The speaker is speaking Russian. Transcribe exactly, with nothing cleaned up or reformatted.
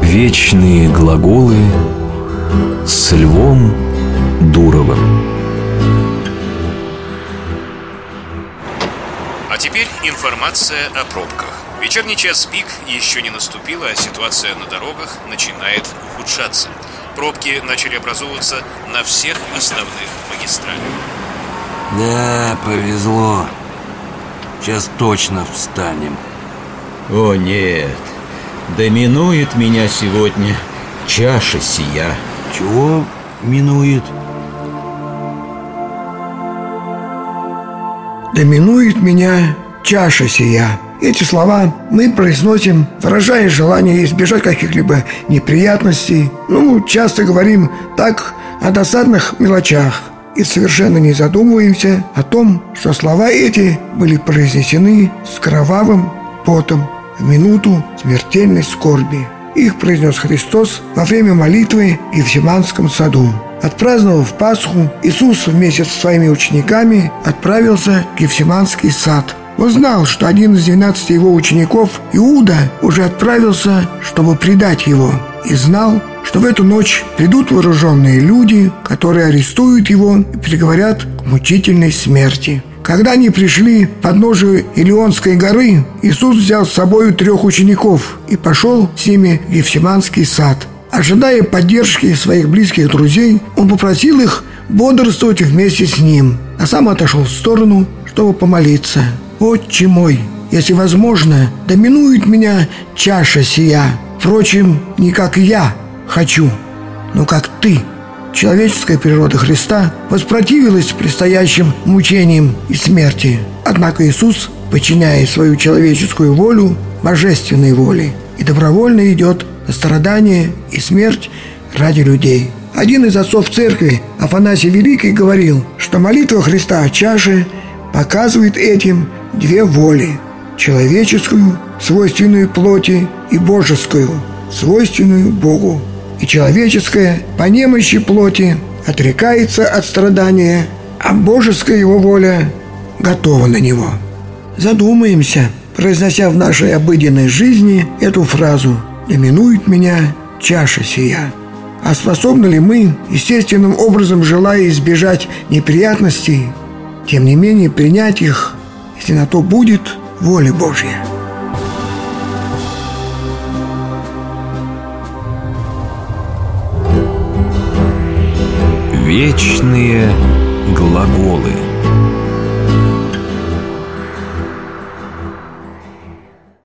Вечные глаголы с Львом Дуровым. А теперь информация о пробках. Вечерний час пик еще не наступила, а ситуация на дорогах начинает ухудшаться. Пробки начали образовываться на всех основных магистралях. Да, повезло. Сейчас точно встанем. О нет, доминует меня сегодня чаша сия. Чего минует? Доминует меня чаша сия. Эти слова мы произносим, выражая желание избежать каких-либо неприятностей. Ну, часто говорим так о досадных мелочах и совершенно не задумываемся о том, что слова эти были произнесены с кровавым потом в минуту смертельной скорби. Их произнес Христос во время молитвы в Гефсиманском саду. Отпраздновав Пасху, Иисус вместе со своими учениками отправился в Гефсиманский сад. Он знал, что один из двенадцати его учеников, Иуда, уже отправился, чтобы предать его, и знал, что в эту ночь придут вооруженные люди, которые арестуют его и приговорят к мучительной смерти. Когда они пришли к подножию Илионской горы, Иисус взял с собой трех учеников и пошел с ними в Гефсиманский сад. Ожидая поддержки своих близких друзей, он попросил их бодрствовать вместе с ним, а сам отошел в сторону, чтобы помолиться. «Отче мой, если возможно, доминует меня чаша сия. Впрочем, не как я хочу, но как ты». Человеческая природа Христа воспротивилась предстоящим мучениям и смерти. Однако Иисус, подчиняя свою человеческую волю божественной воле, и добровольно идет на страдания и смерть ради людей. Один из отцов церкви, Афанасий Великий, говорил, что молитва Христа о чаше показывает этим две воли: человеческую, свойственную плоти, и божескую, свойственную Богу. И человеческое по немощи плоти отрекается от страдания, а божеская его воля готова на него. Задумаемся, произнося в нашей обыденной жизни эту фразу: «Доминует меня чаша сия». А способны ли мы, естественным образом желая избежать неприятностей, тем не менее принять их, если на то будет воля Божья? Вечные глаголы.